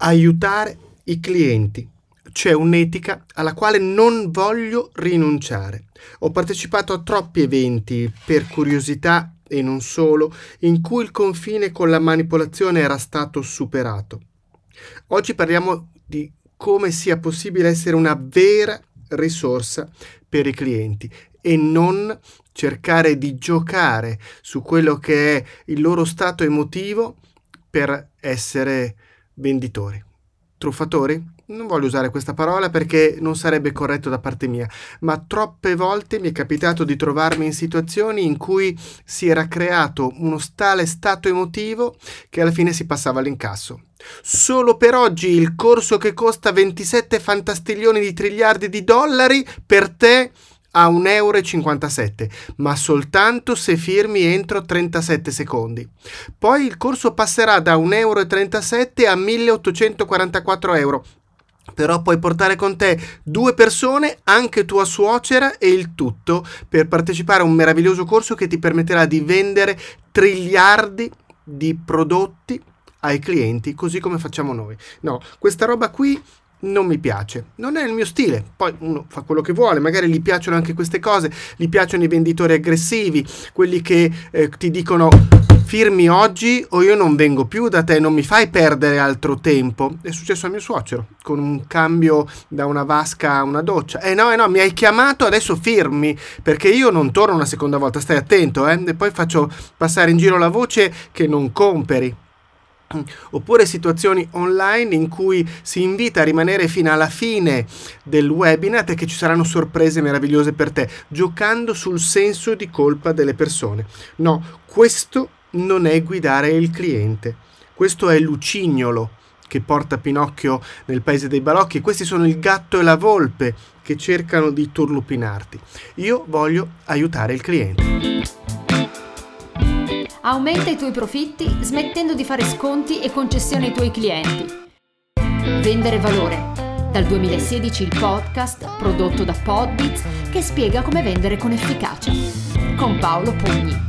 aiutare i clienti. C'è un'etica alla quale non voglio rinunciare. Ho partecipato a troppi eventi per curiosità e non solo, in cui il confine con la manipolazione era stato superato. Oggi parliamo di come sia possibile essere una vera risorsa per i clienti e non cercare di giocare su quello che è il loro stato emotivo per essere venditori. Truffatori? Non voglio usare questa parola perché non sarebbe corretto da parte mia, ma troppe volte mi è capitato di trovarmi in situazioni in cui si era creato uno tale stato emotivo che alla fine si passava all'incasso. Solo per oggi il corso che costa 27 fantastiglioni di triliardi di dollari per te a 1,57 euro, ma soltanto se firmi entro 37 secondi. Poi il corso passerà da 1,37 euro a 1.844 euro. Però puoi portare con te 2 persone, anche tua suocera, e il tutto per partecipare a un meraviglioso corso che ti permetterà di vendere triliardi di prodotti ai clienti, così come facciamo noi. No, questa roba qui non mi piace, non è il mio stile. Poi uno fa quello che vuole, magari gli piacciono anche queste cose, gli piacciono i venditori aggressivi, quelli che ti dicono firmi oggi o io non vengo più da te, non mi fai perdere altro tempo. È successo a mio suocero con un cambio da una vasca a una doccia. No, mi hai chiamato, adesso firmi, perché io non torno una seconda volta, stai attento, e poi faccio passare in giro la voce che non comperi. Oppure situazioni online in cui si invita a rimanere fino alla fine del webinar perché ci saranno sorprese meravigliose per te, giocando sul senso di colpa delle persone. No, questo non è guidare il cliente, questo è Lucignolo che porta Pinocchio nel paese dei balocchi. Questi sono il gatto e la volpe che cercano di turlupinarti. Io voglio aiutare il cliente. Aumenta i tuoi profitti smettendo di fare sconti e concessioni ai tuoi clienti. Vendere valore. Dal 2016 il podcast prodotto da Podbiz che spiega come vendere con efficacia. Con Paolo Pugni.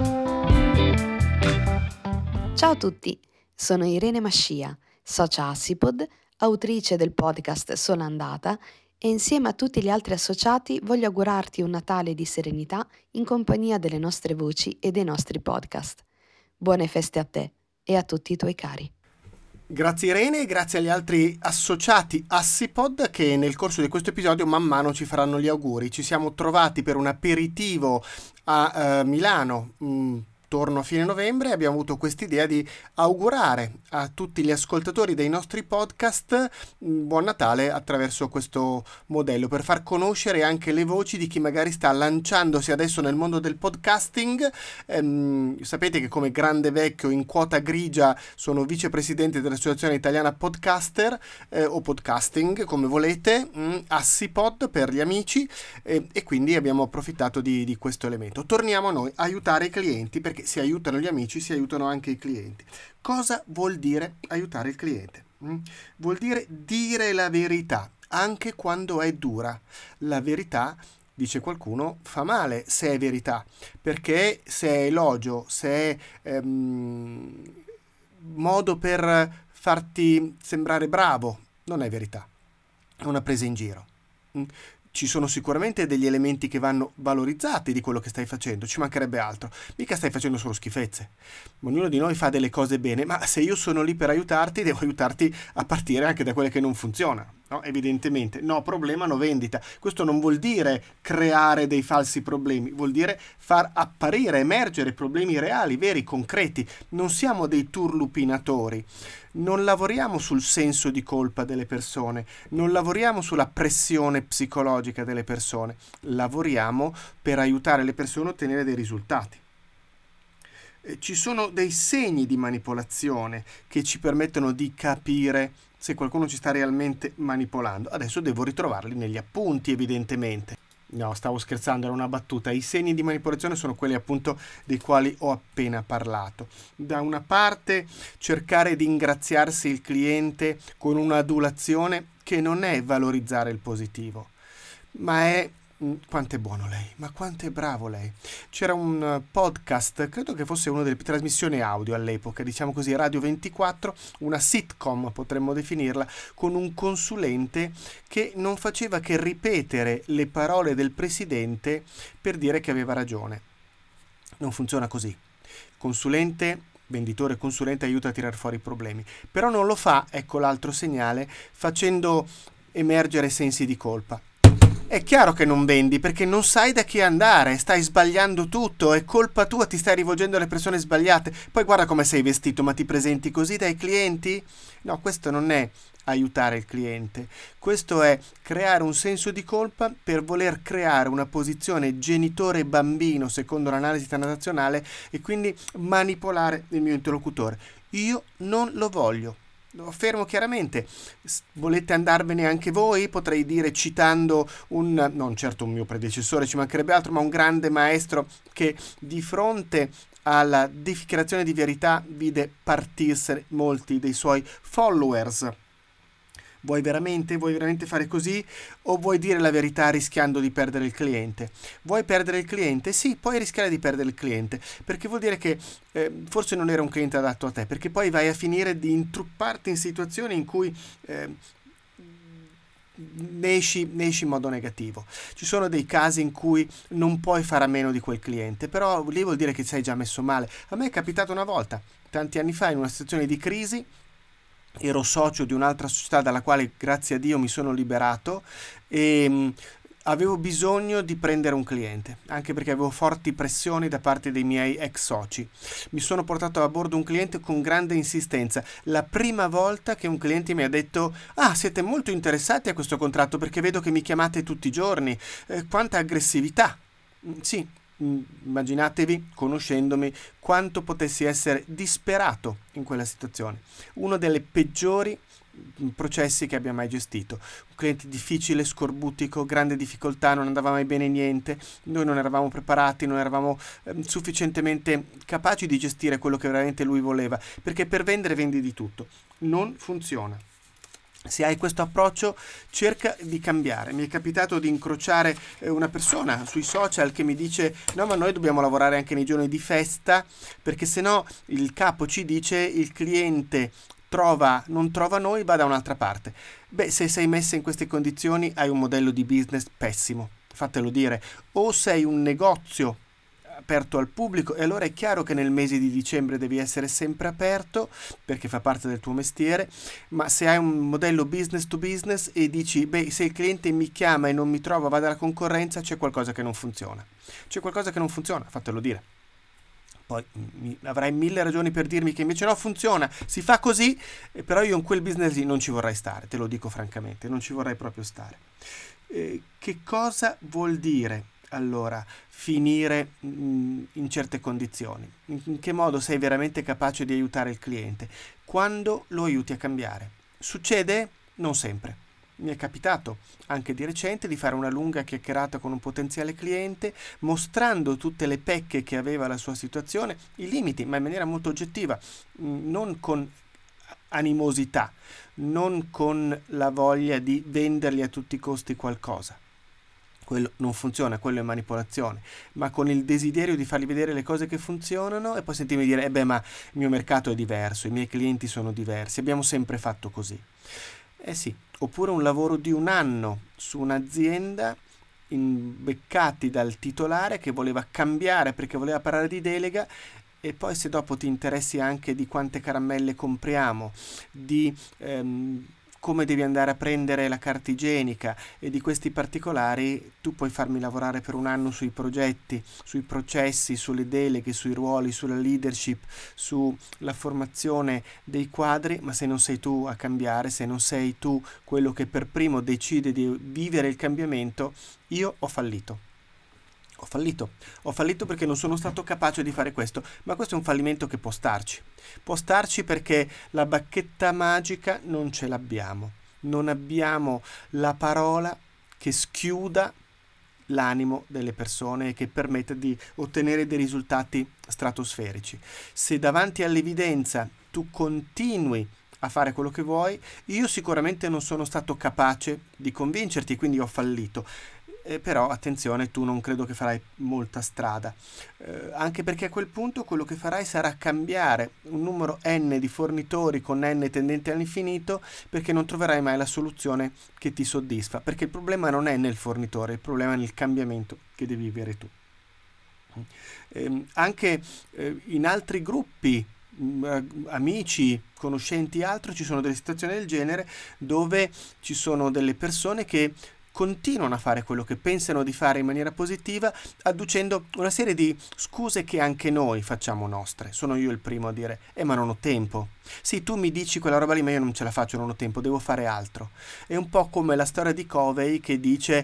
Ciao a tutti, sono Irene Mascia, socia Assipod, autrice del podcast Sono Andata e insieme a tutti gli altri associati voglio augurarti un Natale di serenità in compagnia delle nostre voci e dei nostri podcast. Buone feste a te e a tutti i tuoi cari. Grazie Irene e grazie agli altri associati Assipod che nel corso di questo episodio man mano ci faranno gli auguri. Ci siamo trovati per un aperitivo a Milano torno a fine novembre e abbiamo avuto quest'idea di augurare a tutti gli ascoltatori dei nostri podcast buon Natale attraverso questo modello, per far conoscere anche le voci di chi magari sta lanciandosi adesso nel mondo del podcasting. Sapete che come grande vecchio in quota grigia sono vicepresidente dell'Associazione Italiana Podcaster o Podcasting come volete, Assipod per gli amici, e quindi abbiamo approfittato di questo elemento. Torniamo a noi, aiutare i clienti, perché si aiutano gli amici, si aiutano anche i clienti. Cosa vuol dire aiutare il cliente? Vuol dire la verità, anche quando è dura. La verità, dice qualcuno, fa male se è verità, perché se è elogio, se è modo per farti sembrare bravo, non è verità, è una presa in giro. Ci sono sicuramente degli elementi che vanno valorizzati di quello che stai facendo, ci mancherebbe altro, mica stai facendo solo schifezze. Ognuno di noi fa delle cose bene, ma se io sono lì per aiutarti, devo aiutarti a partire anche da quelle che non funzionano, no? Evidentemente, no problema, no vendita. Questo non vuol dire creare dei falsi problemi, vuol dire far apparire, emergere problemi reali, veri, concreti. Non siamo dei turlupinatori. Non lavoriamo sul senso di colpa delle persone, non lavoriamo sulla pressione psicologica delle persone, lavoriamo per aiutare le persone a ottenere dei risultati. Ci sono dei segni di manipolazione che ci permettono di capire se qualcuno ci sta realmente manipolando. Adesso devo ritrovarli negli appunti, evidentemente. No, stavo scherzando, era una battuta. I segni di manipolazione sono quelli appunto dei quali ho appena parlato. Da una parte cercare di ingraziarsi il cliente con un'adulazione che non è valorizzare il positivo, ma è Quanto è buono lei, ma quanto è bravo lei. C'era un podcast, credo che fosse una delle trasmissioni audio all'epoca, diciamo così, Radio 24, una sitcom potremmo definirla, con un consulente che non faceva che ripetere le parole del presidente per dire che aveva ragione. Non funziona così. Consulente, venditore consulente aiuta a tirar fuori i problemi, però non lo fa, ecco l'altro segnale, facendo emergere sensi di colpa. È chiaro che non vendi perché non sai da chi andare, stai sbagliando tutto, è colpa tua, ti stai rivolgendo alle persone sbagliate. Poi guarda come sei vestito, ma ti presenti così dai clienti? No, questo non è aiutare il cliente, questo è creare un senso di colpa per voler creare una posizione genitore-bambino secondo l'analisi transazionale e quindi manipolare il mio interlocutore. Io non lo voglio. Lo affermo chiaramente. Volete andarvene anche voi? Potrei dire citando non certo un mio predecessore, ci mancherebbe altro, ma un grande maestro che di fronte alla dichiarazione di verità vide partirsene molti dei suoi followers. Vuoi veramente fare così o vuoi dire la verità rischiando di perdere il cliente? Vuoi perdere il cliente? Sì, puoi rischiare di perdere il cliente, perché vuol dire che forse non era un cliente adatto a te, perché poi vai a finire di intrupparti in situazioni in cui ne esci in modo negativo. Ci sono dei casi in cui non puoi fare a meno di quel cliente, però lì vuol dire che sei già messo male. A me è capitato una volta, tanti anni fa, in una situazione di crisi. Ero socio di un'altra società dalla quale grazie a Dio mi sono liberato e avevo bisogno di prendere un cliente, anche perché avevo forti pressioni da parte dei miei ex soci. Mi sono portato a bordo un cliente con grande insistenza. La prima volta che un cliente mi ha detto: ah, siete molto interessati a questo contratto perché vedo che mi chiamate tutti i giorni, quanta aggressività. Sì, immaginatevi, conoscendomi, quanto potessi essere disperato in quella situazione. Uno delle peggiori processi che abbia mai gestito. Un cliente difficile, scorbutico, grande difficoltà, non andava mai bene niente, noi non eravamo preparati, non eravamo sufficientemente capaci di gestire quello che veramente lui voleva, perché per vendere vendi di tutto. Non funziona. Se hai questo approccio, cerca di cambiare. Mi è capitato di incrociare una persona sui social che mi dice: no, ma noi dobbiamo lavorare anche nei giorni di festa, perché sennò il capo ci dice il cliente non trova noi, va da un'altra parte. Beh, se sei messa in queste condizioni hai un modello di business pessimo, fatelo dire. O sei un negozio aperto al pubblico, e allora è chiaro che nel mese di dicembre devi essere sempre aperto perché fa parte del tuo mestiere, ma se hai un modello business to business e dici: beh, se il cliente mi chiama e non mi trova, va dalla concorrenza, c'è qualcosa che non funziona. C'è qualcosa che non funziona, fatelo dire. Poi avrai 1000 ragioni per dirmi che invece no, funziona, si fa così, però io in quel business lì non ci vorrei stare, te lo dico francamente, non ci vorrei proprio stare. Che cosa vuol dire allora finire in certe condizioni? In che modo sei veramente capace di aiutare il cliente? Quando lo aiuti a cambiare. Succede? Non sempre. Mi è capitato anche di recente di fare una lunga chiacchierata con un potenziale cliente, mostrando tutte le pecche che aveva la sua situazione, i limiti, ma in maniera molto oggettiva, non con animosità, non con la voglia di vendergli a tutti i costi qualcosa. Quello non funziona, quello è manipolazione, ma con il desiderio di fargli vedere le cose che funzionano e poi sentirmi dire: ma il mio mercato è diverso, i miei clienti sono diversi, abbiamo sempre fatto così. Sì, oppure un lavoro di un anno su un'azienda, beccati dal titolare che voleva cambiare perché voleva parlare di delega, e poi se dopo ti interessi anche di quante caramelle compriamo, di come devi andare a prendere la carta igienica e di questi particolari, tu puoi farmi lavorare per un anno sui progetti, sui processi, sulle deleghe, sui ruoli, sulla leadership, sulla formazione dei quadri, ma se non sei tu a cambiare, se non sei tu quello che per primo decide di vivere il cambiamento, io ho fallito. Ho fallito perché non sono stato capace di fare questo, ma questo è un fallimento che può starci perché la bacchetta magica non ce l'abbiamo, non abbiamo la parola che schiuda l'animo delle persone e che permette di ottenere dei risultati stratosferici. Se davanti all'evidenza tu continui a fare quello che vuoi, io sicuramente non sono stato capace di convincerti, quindi ho fallito. Però attenzione, tu non credo che farai molta strada, anche perché a quel punto quello che farai sarà cambiare un numero n di fornitori con n tendente all'infinito, perché non troverai mai la soluzione che ti soddisfa, perché il problema non è nel fornitore, il problema è nel cambiamento che devi avere tu. Anche in altri gruppi, amici, conoscenti, altro, ci sono delle situazioni del genere dove ci sono delle persone che continuano a fare quello che pensano di fare in maniera positiva, adducendo una serie di scuse che anche noi facciamo nostre. Sono io il primo a dire: ma non ho tempo. Sì, tu mi dici quella roba lì, ma io non ce la faccio, non ho tempo, devo fare altro. È un po' come la storia di Covey che dice: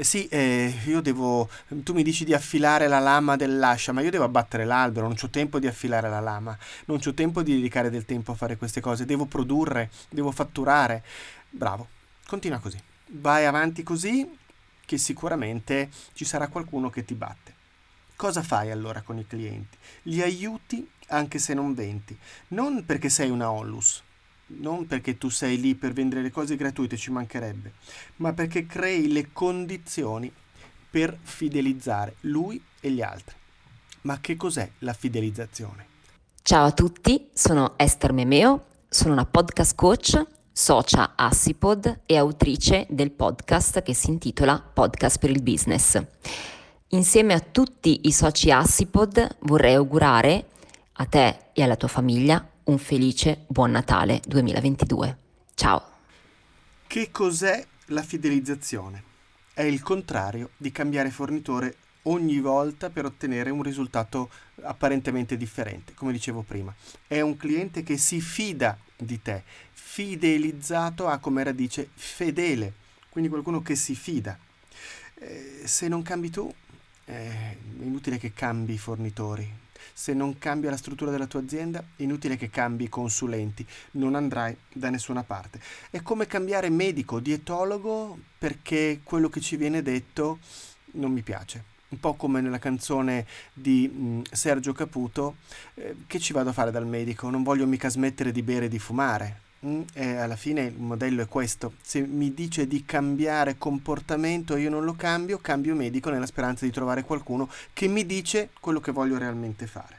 tu mi dici di affilare la lama dell'ascia, ma io devo abbattere l'albero, non c'ho tempo di affilare la lama, non c'ho tempo di dedicare del tempo a fare queste cose, devo produrre, devo fatturare. Bravo, continua così. Vai avanti così, che sicuramente ci sarà qualcuno che ti batte. Cosa fai allora con i clienti? Li aiuti anche se non vendi. Non perché sei una onlus, non perché tu sei lì per vendere le cose gratuite, ci mancherebbe, ma perché crei le condizioni per fidelizzare lui e gli altri. Ma che cos'è la fidelizzazione? Ciao a tutti, sono Esther Memeo, sono una podcast coach, socia a Assipod e autrice del podcast che si intitola Podcast per il Business. Insieme a tutti i soci Assipod vorrei augurare a te e alla tua famiglia un felice buon Natale 2022. Ciao! Che cos'è la fidelizzazione? È il contrario di cambiare fornitore ogni volta per ottenere un risultato apparentemente differente. Come dicevo prima, è un cliente che si fida di te. Fidelizzato ha come radice fedele, quindi qualcuno che si fida. Se non cambi tu, è inutile che cambi i fornitori. Se non cambia la struttura della tua azienda, è inutile che cambi i consulenti, non andrai da nessuna parte. È come cambiare medico, dietologo, perché quello che ci viene detto non mi piace. Un po' come nella canzone di Sergio Caputo, che ci vado a fare dal medico? Non voglio mica smettere di bere e di fumare. E alla fine il modello è questo: se mi dice di cambiare comportamento e io non lo cambio medico nella speranza di trovare qualcuno che mi dice quello che voglio realmente fare.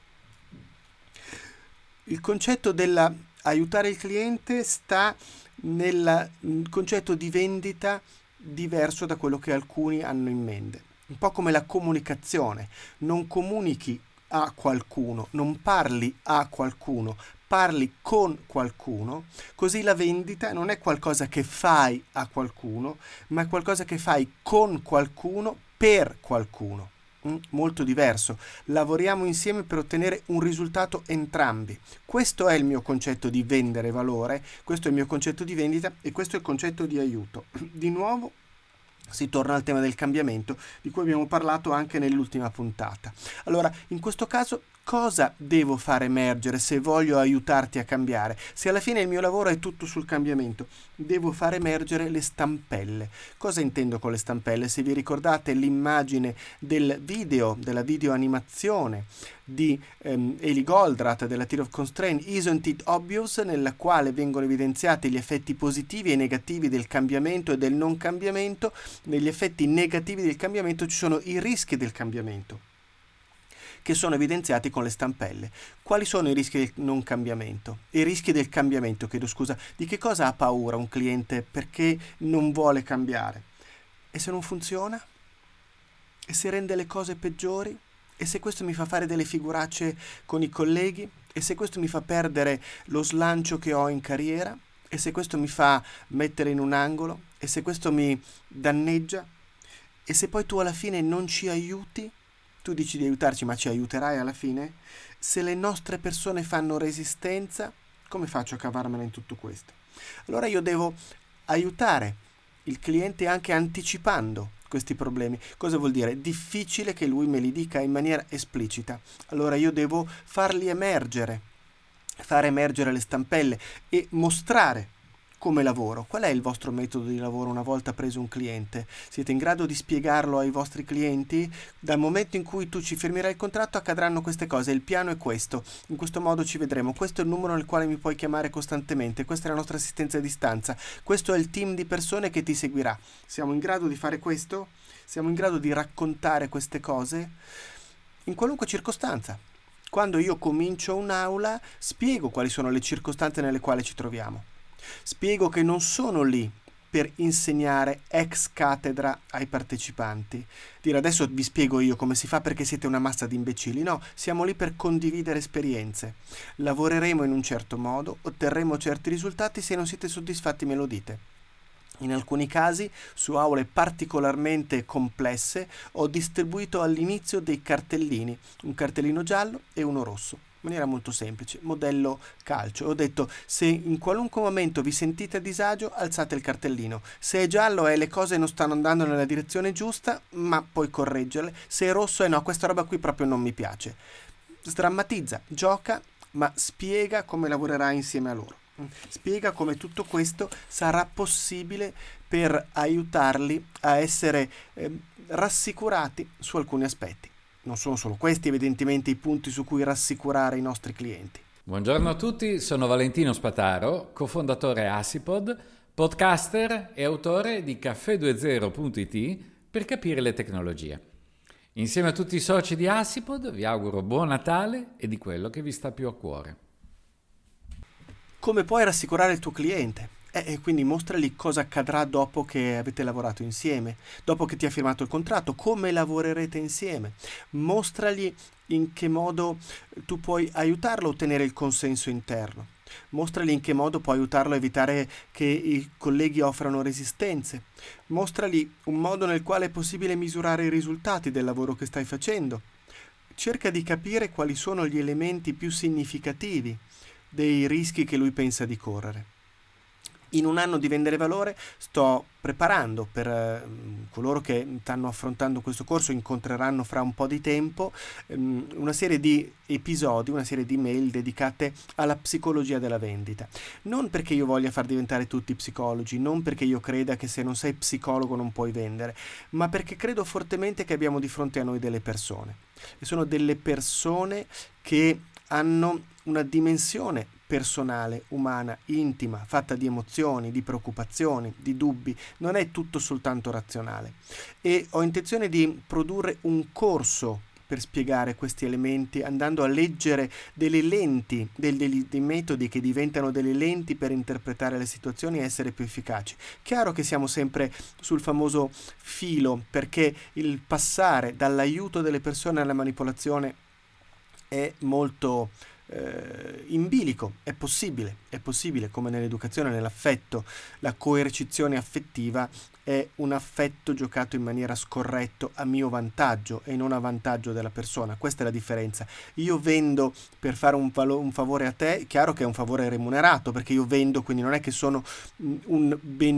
Il concetto della aiutare il cliente sta nel concetto di vendita diverso da quello che alcuni hanno in mente. Un po' come la comunicazione: non comunichi a qualcuno, non parli a qualcuno, parli con qualcuno. Così la vendita non è qualcosa che fai a qualcuno, ma è qualcosa che fai con qualcuno per qualcuno. Molto diverso. Lavoriamo insieme per ottenere un risultato entrambi. Questo è il mio concetto di vendere valore, questo è il mio concetto di vendita e questo è il concetto di aiuto. Di nuovo si torna al tema del cambiamento, di cui abbiamo parlato anche nell'ultima puntata. Allora, in questo caso, cosa devo far emergere se voglio aiutarti a cambiare? Se alla fine il mio lavoro è tutto sul cambiamento, devo far emergere le stampelle. Cosa intendo con le stampelle? Se vi ricordate l'immagine del video, della videoanimazione di Eli Goldratt della Theory of Constraint, Isn't It Obvious, nella quale vengono evidenziati gli effetti positivi e negativi del cambiamento e del non cambiamento. Negli effetti negativi del cambiamento ci sono i rischi del cambiamento, che sono evidenziati con le stampelle. Quali sono i rischi del non cambiamento? I rischi del cambiamento, di che cosa ha paura un cliente perché non vuole cambiare? E se non funziona? E se rende le cose peggiori? E se questo mi fa fare delle figuracce con i colleghi? E se questo mi fa perdere lo slancio che ho in carriera? E se questo mi fa mettere in un angolo? E se questo mi danneggia? E se poi tu alla fine non ci aiuti? Tu dici di aiutarci, ma ci aiuterai alla fine? Se le nostre persone fanno resistenza, come faccio a cavarmela in tutto questo? Allora io devo aiutare il cliente anche anticipando questi problemi. Cosa vuol dire? Difficile che lui me li dica in maniera esplicita. Allora io devo farli emergere, fare emergere le stampelle e mostrare come lavoro. Qual è il vostro metodo di lavoro una volta preso un cliente? Siete in grado di spiegarlo ai vostri clienti? Dal momento in cui tu ci firmerai il contratto accadranno queste cose, il piano è questo, in questo modo ci vedremo, questo è il numero nel quale mi puoi chiamare costantemente, questa è la nostra assistenza a distanza, questo è il team di persone che ti seguirà. Siamo in grado di fare questo? Siamo in grado di raccontare queste cose in qualunque circostanza. Quando io comincio un'aula, spiego quali sono le circostanze nelle quali ci troviamo. Spiego che non sono lì per insegnare ex cattedra ai partecipanti. Dire adesso vi spiego io come si fa perché siete una massa di imbecilli. No, siamo lì per condividere esperienze. Lavoreremo in un certo modo, otterremo certi risultati, se non siete soddisfatti me lo dite. In alcuni casi, su aule particolarmente complesse, ho distribuito all'inizio dei cartellini, un cartellino giallo e uno rosso, in maniera molto semplice, modello calcio. Ho detto, se in qualunque momento vi sentite a disagio, alzate il cartellino. Se è giallo le cose non stanno andando nella direzione giusta, ma puoi correggerle. Se è rosso no, questa roba qui proprio non mi piace. Sdrammatizza, gioca, ma spiega come lavorerai insieme a loro. Spiega come tutto questo sarà possibile per aiutarli a essere rassicurati su alcuni aspetti. Non sono solo questi evidentemente i punti su cui rassicurare i nostri clienti. Buongiorno a tutti, sono Valentino Spataro, cofondatore Assipod, podcaster e autore di caffè20.it per capire le tecnologie. Insieme a tutti i soci di Assipod vi auguro buon Natale e di quello che vi sta più a cuore. Come puoi rassicurare il tuo cliente? E quindi mostragli cosa accadrà dopo che avete lavorato insieme, dopo che ti ha firmato il contratto, come lavorerete insieme. Mostragli in che modo tu puoi aiutarlo a ottenere il consenso interno. Mostragli in che modo puoi aiutarlo a evitare che i colleghi offrano resistenze. Mostragli un modo nel quale è possibile misurare i risultati del lavoro che stai facendo. Cerca di capire quali sono gli elementi più significativi dei rischi che lui pensa di correre. In un anno di Vendere Valore sto preparando per coloro che stanno affrontando questo corso, incontreranno fra un po' di tempo una serie di episodi, una serie di mail dedicate alla psicologia della vendita. Non perché io voglia far diventare tutti psicologi, non perché io creda che se non sei psicologo non puoi vendere, ma perché credo fortemente che abbiamo di fronte a noi delle persone. E sono delle persone che hanno una dimensione personale, umana, intima, fatta di emozioni, di preoccupazioni, di dubbi, non è tutto soltanto razionale. E ho intenzione di produrre un corso per spiegare questi elementi, andando a leggere delle lenti, dei metodi che diventano delle lenti per interpretare le situazioni e essere più efficaci. Chiaro che siamo sempre sul famoso filo, perché il passare dall'aiuto delle persone alla manipolazione è molto in bilico, è possibile come nell'educazione, nell'affetto. La coercizione affettiva è un affetto giocato in maniera scorretto a mio vantaggio e non a vantaggio della persona. Questa è la differenza. Io vendo per fare un favore a te, chiaro che è un favore remunerato perché io vendo, quindi non è che sono un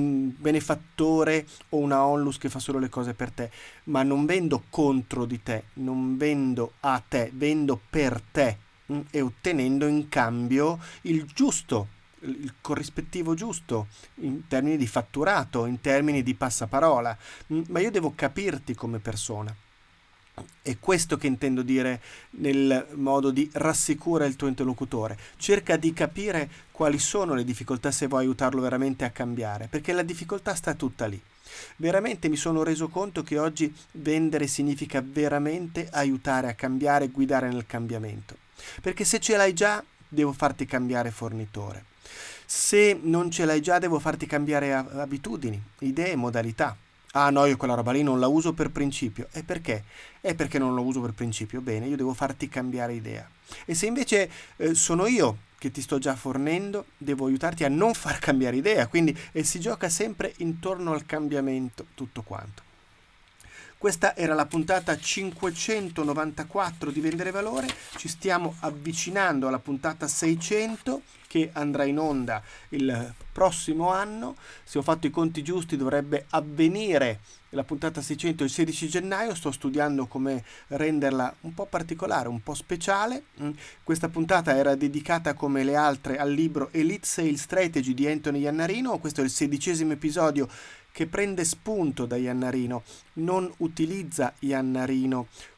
benefattore o una onlus che fa solo le cose per te, ma non vendo contro di te, non vendo a te, vendo per te e ottenendo in cambio il giusto, il corrispettivo giusto in termini di fatturato, in termini di passaparola, ma io devo capirti come persona. È questo che intendo dire nel modo di rassicura il tuo interlocutore. Cerca di capire quali sono le difficoltà se vuoi aiutarlo veramente a cambiare, perché la difficoltà sta tutta lì. Veramente mi sono reso conto che oggi vendere significa veramente aiutare a cambiare, guidare nel cambiamento. Perché se ce l'hai già, devo farti cambiare fornitore. Se non ce l'hai già, devo farti cambiare abitudini, idee, modalità. Ah no, io quella roba lì non la uso per principio. E perché? È perché non la uso per principio. Bene, io devo farti cambiare idea. E se invece sono io che ti sto già fornendo, devo aiutarti a non far cambiare idea. Quindi si gioca sempre intorno al cambiamento, tutto quanto. Questa era la puntata 594 di Vendere Valore, ci stiamo avvicinando alla puntata 600 che andrà in onda il prossimo anno. Se ho fatto i conti giusti dovrebbe avvenire la puntata 600 il 16 gennaio, sto studiando come renderla un po' particolare, un po' speciale. Questa puntata era dedicata come le altre al libro Elite Sales Strategy di Anthony Iannarino, questo è il 16° episodio che prende spunto da Iannarino, non utilizza Iannarino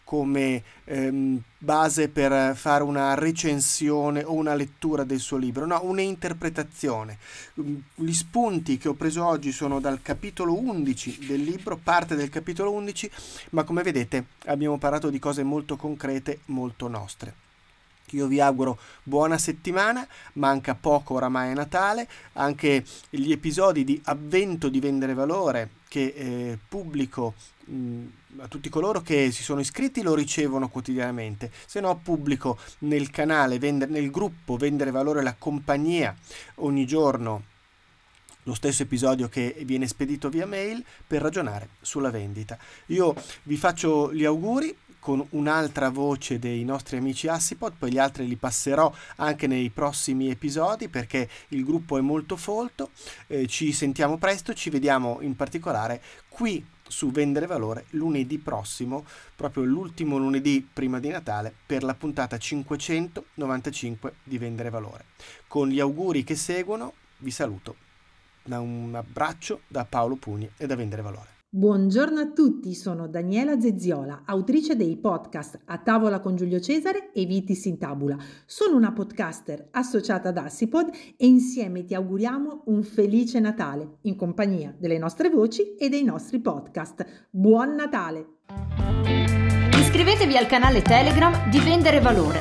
come base per fare una recensione o una lettura del suo libro, no, un'interpretazione. Gli spunti che ho preso oggi sono dal capitolo 11 del libro, parte del capitolo 11, ma come vedete abbiamo parlato di cose molto concrete, molto nostre. Io vi auguro buona settimana, manca poco oramai a Natale, anche gli episodi di Avvento di Vendere Valore che pubblico a tutti coloro che si sono iscritti lo ricevono quotidianamente, se no pubblico nel canale, nel gruppo Vendere Valore la compagnia ogni giorno lo stesso episodio che viene spedito via mail per ragionare sulla vendita. Io vi faccio gli auguri con un'altra voce dei nostri amici Assipod, poi gli altri li passerò anche nei prossimi episodi perché il gruppo è molto folto. Ci sentiamo presto, ci vediamo in particolare qui su Vendere Valore lunedì prossimo, proprio l'ultimo lunedì prima di Natale, per la puntata 595 di Vendere Valore. Con gli auguri che seguono vi saluto. Un abbraccio da Paolo Pugni e da Vendere Valore. Buongiorno a tutti, sono Daniela Zezziola, autrice dei podcast A Tavola con Giulio Cesare e Vitis in Tabula. Sono una podcaster associata ad Assipod e insieme ti auguriamo un felice Natale in compagnia delle nostre voci e dei nostri podcast. Buon Natale! Iscrivetevi al canale Telegram di Vendere Valore,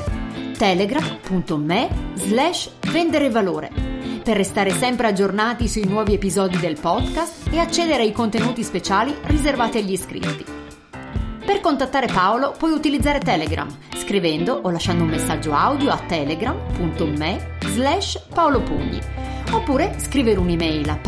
telegram.me/Vendere Valore, per restare sempre aggiornati sui nuovi episodi del podcast e accedere ai contenuti speciali riservati agli iscritti. Per contattare Paolo puoi utilizzare Telegram, scrivendo o lasciando un messaggio audio a telegram.me/paolopugni, oppure scrivere un'email a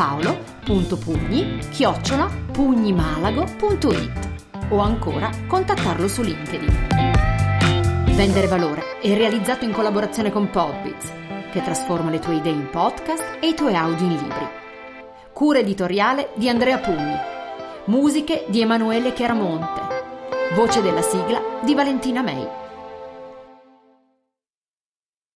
paolo.pugni@pugnimalago.it o ancora contattarlo su LinkedIn. Vendere Valore è realizzato in collaborazione con Podbiz, che trasforma le tue idee in podcast e i tuoi audio in libri. Cura editoriale di Andrea Pugni. Musiche di Emanuele Chiaramonte. Voce della sigla di Valentina May.